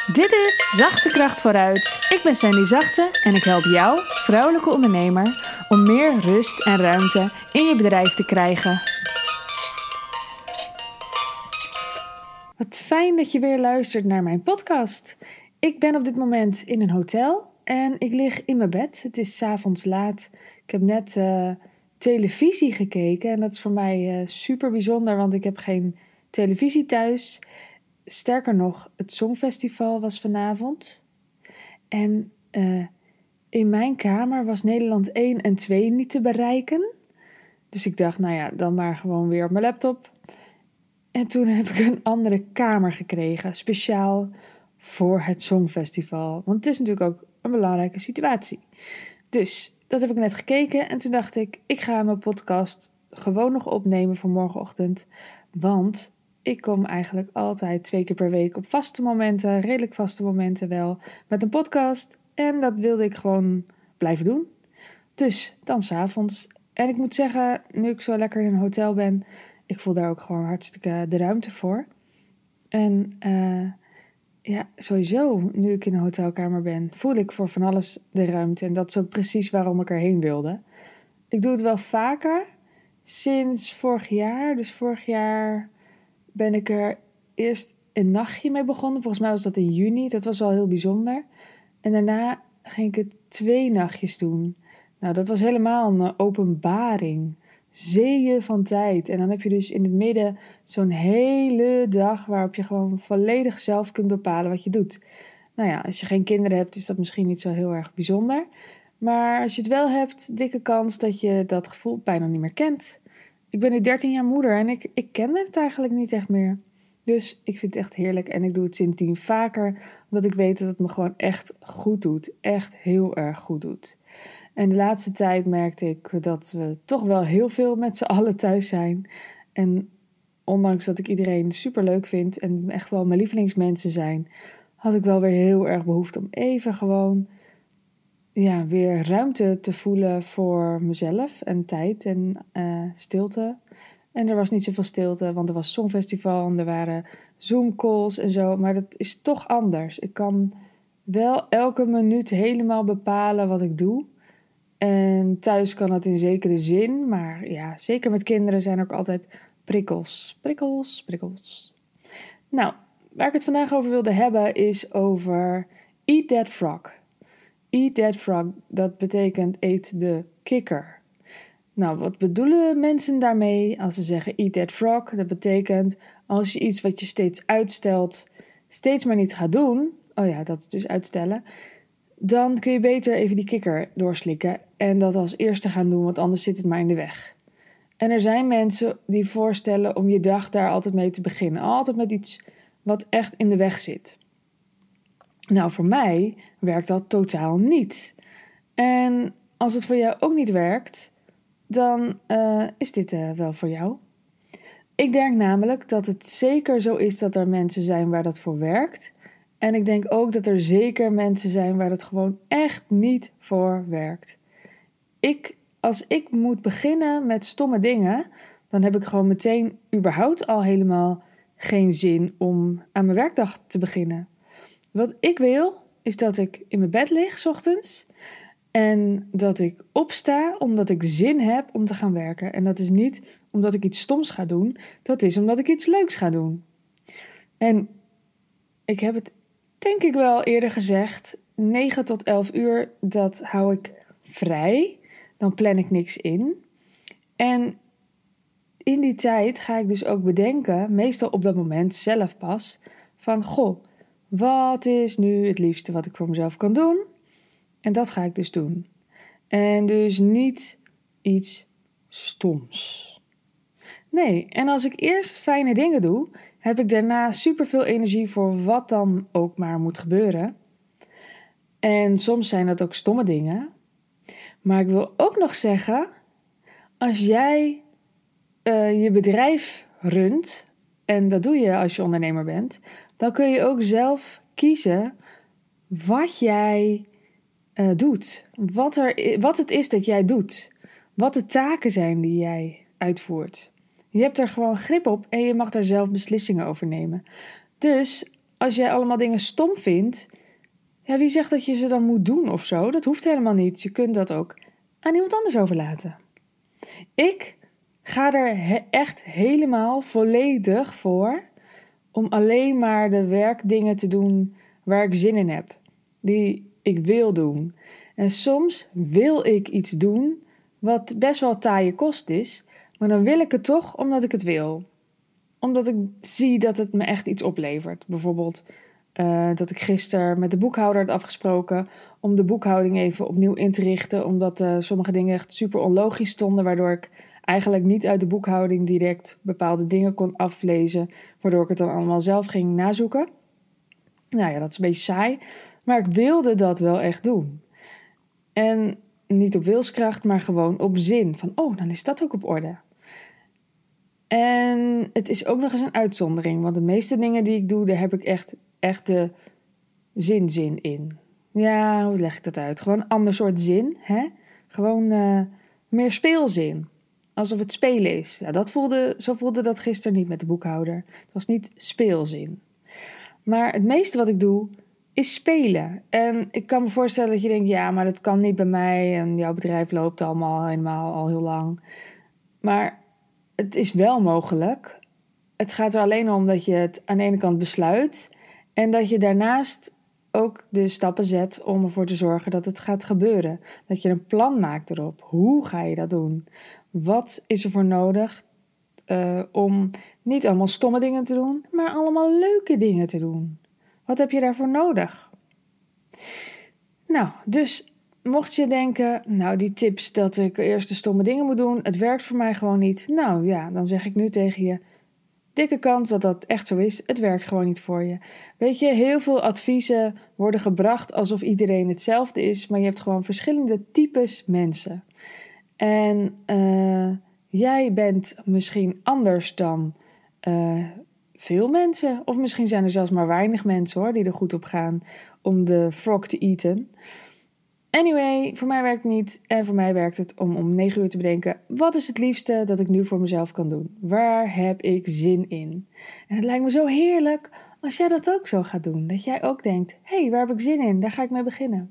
Dit is Zachte Kracht Vooruit. Ik ben Sandy Zachte en ik help jou, vrouwelijke ondernemer, om meer rust en ruimte in je bedrijf te krijgen. Wat fijn dat je weer luistert naar mijn podcast. Ik ben op dit moment in een hotel en ik lig in mijn bed. Het is 's avonds laat. Ik heb net televisie gekeken en dat is voor mij super bijzonder, want ik heb geen televisie thuis. Sterker nog, het Songfestival was vanavond. En in mijn kamer was Nederland 1 en 2 niet te bereiken. Dus ik dacht, nou ja, dan maar gewoon weer op mijn laptop. En toen heb ik een andere kamer gekregen, speciaal voor het Songfestival. Want het is natuurlijk ook een belangrijke situatie. Dus dat heb ik net gekeken en toen dacht ik ga mijn podcast gewoon nog opnemen voor morgenochtend. Want ik kom eigenlijk altijd 2 keer per week op vaste momenten, redelijk vaste momenten wel, met een podcast. En dat wilde ik gewoon blijven doen. Dus dan 's avonds. En ik moet zeggen, nu ik zo lekker in een hotel ben, ik voel daar ook gewoon hartstikke de ruimte voor. En ja, sowieso, nu ik in een hotelkamer ben, voel ik voor van alles de ruimte. En dat is ook precies waarom ik erheen wilde. Ik doe het wel vaker sinds vorig jaar. Dus vorig jaar ben ik er eerst een nachtje mee begonnen. Volgens mij was dat in juni. Dat was wel heel bijzonder. En daarna ging ik het 2 nachtjes doen. Nou, dat was helemaal een openbaring. Zeeën van tijd. En dan heb je dus in het midden zo'n hele dag waarop je gewoon volledig zelf kunt bepalen wat je doet. Nou ja, als je geen kinderen hebt, is dat misschien niet zo heel erg bijzonder. Maar als je het wel hebt, dikke kans dat je dat gevoel bijna niet meer kent. Ik ben nu 13 jaar moeder en ik ken het eigenlijk niet echt meer. Dus ik vind het echt heerlijk en ik doe het sindsdien vaker, omdat ik weet dat het me gewoon echt goed doet. Echt heel erg goed doet. En de laatste tijd merkte ik dat we toch wel heel veel met z'n allen thuis zijn. En ondanks dat ik iedereen super leuk vind en echt wel mijn lievelingsmensen zijn, had ik wel weer heel erg behoefte om even gewoon weer ruimte te voelen voor mezelf en tijd en stilte. En er was niet zoveel stilte, want er was Songfestival en er waren Zoom-calls en zo. Maar dat is toch anders. Ik kan wel elke minuut helemaal bepalen wat ik doe. En thuis kan dat in zekere zin. Maar ja, zeker met kinderen zijn er ook altijd prikkels. Prikkels, prikkels. Nou, waar ik het vandaag over wilde hebben is over Eat That Frog. Eat that frog, dat betekent eet de kikker. Nou, wat bedoelen mensen daarmee als ze zeggen eat that frog? Dat betekent als je iets wat je steeds uitstelt, steeds maar niet gaat doen. Oh ja, dat is dus uitstellen. Dan kun je beter even die kikker doorslikken en dat als eerste gaan doen, want anders zit het maar in de weg. En er zijn mensen die voorstellen om je dag daar altijd mee te beginnen. Altijd met iets wat echt in de weg zit. Nou, voor mij werkt dat totaal niet. En als het voor jou ook niet werkt, dan is dit wel voor jou. Ik denk namelijk dat het zeker zo is dat er mensen zijn waar dat voor werkt. En ik denk ook dat er zeker mensen zijn waar het gewoon echt niet voor werkt. Als ik moet beginnen met stomme dingen, dan heb ik gewoon meteen überhaupt al helemaal geen zin om aan mijn werkdag te beginnen. Wat ik wil, is dat ik in mijn bed lig 's ochtends en dat ik opsta omdat ik zin heb om te gaan werken. En dat is niet omdat ik iets stoms ga doen, dat is omdat ik iets leuks ga doen. En ik heb het denk ik wel eerder gezegd, 9 tot 11 uur, dat hou ik vrij. Dan plan ik niks in. En in die tijd ga ik dus ook bedenken, meestal op dat moment zelf pas, van goh, wat is nu het liefste wat ik voor mezelf kan doen? En dat ga ik dus doen. En dus niet iets stoms. Nee, en als ik eerst fijne dingen doe, heb ik daarna superveel energie voor wat dan ook maar moet gebeuren. En soms zijn dat ook stomme dingen. Maar ik wil ook nog zeggen, als jij je bedrijf runt, en dat doe je als je ondernemer bent, dan kun je ook zelf kiezen wat jij doet. Wat het is dat jij doet. Wat de taken zijn die jij uitvoert. Je hebt er gewoon grip op en je mag daar zelf beslissingen over nemen. Dus als jij allemaal dingen stom vindt, ja, wie zegt dat je ze dan moet doen of zo? Dat hoeft helemaal niet. Je kunt dat ook aan iemand anders overlaten. Ik ga er echt helemaal volledig voor om alleen maar de werkdingen te doen waar ik zin in heb. Die ik wil doen. En soms wil ik iets doen wat best wel taaie kost is, maar dan wil ik het toch omdat ik het wil. Omdat ik zie dat het me echt iets oplevert. Bijvoorbeeld dat ik gisteren met de boekhouder had afgesproken om de boekhouding even opnieuw in te richten, omdat sommige dingen echt super onlogisch stonden, waardoor ik eigenlijk niet uit de boekhouding direct bepaalde dingen kon aflezen, waardoor ik het dan allemaal zelf ging nazoeken. Nou ja, dat is een beetje saai, maar ik wilde dat wel echt doen. En niet op wilskracht, maar gewoon op zin. Van, dan is dat ook op orde. En het is ook nog eens een uitzondering. Want de meeste dingen die ik doe, daar heb ik echt de zin in. Ja, hoe leg ik dat uit? Gewoon een ander soort zin. Hè? Gewoon meer speelzin. Alsof het spelen is. Ja, zo voelde dat gisteren niet met de boekhouder. Het was niet speelzin. Maar het meeste wat ik doe is spelen. En ik kan me voorstellen dat je denkt, ja, maar dat kan niet bij mij. En jouw bedrijf loopt helemaal al heel lang. Maar het is wel mogelijk. Het gaat er alleen om dat je het aan de ene kant besluit. En dat je daarnaast ook de stappen zet om ervoor te zorgen dat het gaat gebeuren. Dat je een plan maakt erop. Hoe ga je dat doen? Wat is er voor nodig om niet allemaal stomme dingen te doen, maar allemaal leuke dingen te doen? Wat heb je daarvoor nodig? Nou, dus mocht je denken, die tips dat ik eerst de stomme dingen moet doen, het werkt voor mij gewoon niet. Nou ja, dan zeg ik nu tegen je, dikke kans dat dat echt zo is. Het werkt gewoon niet voor je. Weet je, heel veel adviezen worden gebracht alsof iedereen hetzelfde is, maar je hebt gewoon verschillende types mensen. En jij bent misschien anders dan veel mensen. Of misschien zijn er zelfs maar weinig mensen hoor, die er goed op gaan om de frog te eten. Anyway, voor mij werkt het niet. En voor mij werkt het om 9 uur te bedenken, wat is het liefste dat ik nu voor mezelf kan doen? Waar heb ik zin in? En het lijkt me zo heerlijk als jij dat ook zo gaat doen. Dat jij ook denkt, hé, waar heb ik zin in? Daar ga ik mee beginnen.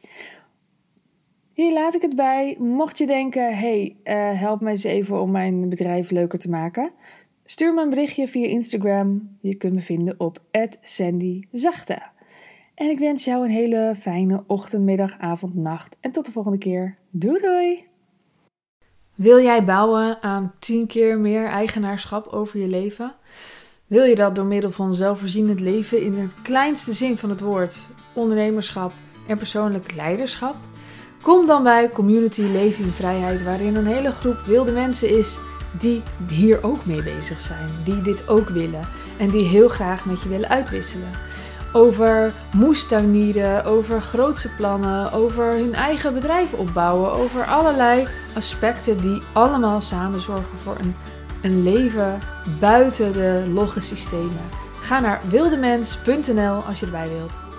Hier laat ik het bij. Mocht je denken, help me eens even om mijn bedrijf leuker te maken. Stuur me een berichtje via Instagram. Je kunt me vinden op @sandyzachte. En ik wens jou een hele fijne ochtend, middag, avond, nacht. En tot de volgende keer. Doei doei! Wil jij bouwen aan 10 keer meer eigenaarschap over je leven? Wil je dat door middel van zelfvoorzienend leven in het kleinste zin van het woord, ondernemerschap en persoonlijk leiderschap? Kom dan bij Community Leven in Vrijheid, waarin een hele groep wilde mensen is die hier ook mee bezig zijn, die dit ook willen en die heel graag met je willen uitwisselen. Over moestuinieren, over grootse plannen, over hun eigen bedrijf opbouwen, over allerlei aspecten die allemaal samen zorgen voor een leven buiten de logge systemen. Ga naar wildemens.nl als je erbij wilt.